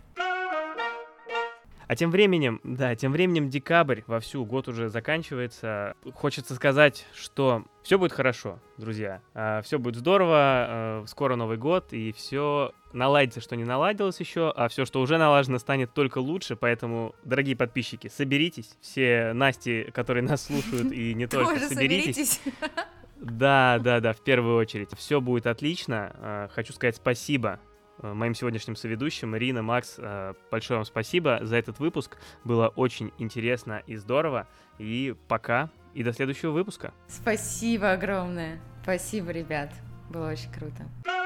А тем временем, да, тем временем декабрь вовсю, год уже заканчивается. Хочется сказать, что все будет хорошо, друзья. Все будет здорово, скоро Новый год, и все наладится, что не наладилось еще, а все, что уже налажено, станет только лучше. Поэтому, дорогие подписчики, соберитесь. Все Насти, которые нас слушают, и не только, соберитесь. Да, да, да, в первую очередь. Все будет отлично. Хочу сказать спасибо моим сегодняшним соведущим. Ирина, Макс, большое вам спасибо за этот выпуск. Было очень интересно и здорово. И пока, и до следующего выпуска. Спасибо огромное. Спасибо, ребят. Было очень круто.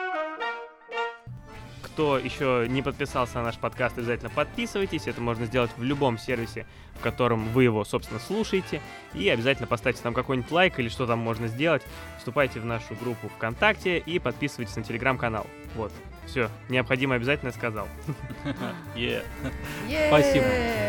Кто еще не подписался на наш подкаст, обязательно подписывайтесь. Это можно сделать в любом сервисе, в котором вы его, собственно, слушаете. И обязательно поставьте там какой-нибудь лайк или что там можно сделать. Вступайте в нашу группу ВКонтакте и подписывайтесь на телеграм-канал. Вот. Все, необходимо обязательно сказал. Yeah. Спасибо.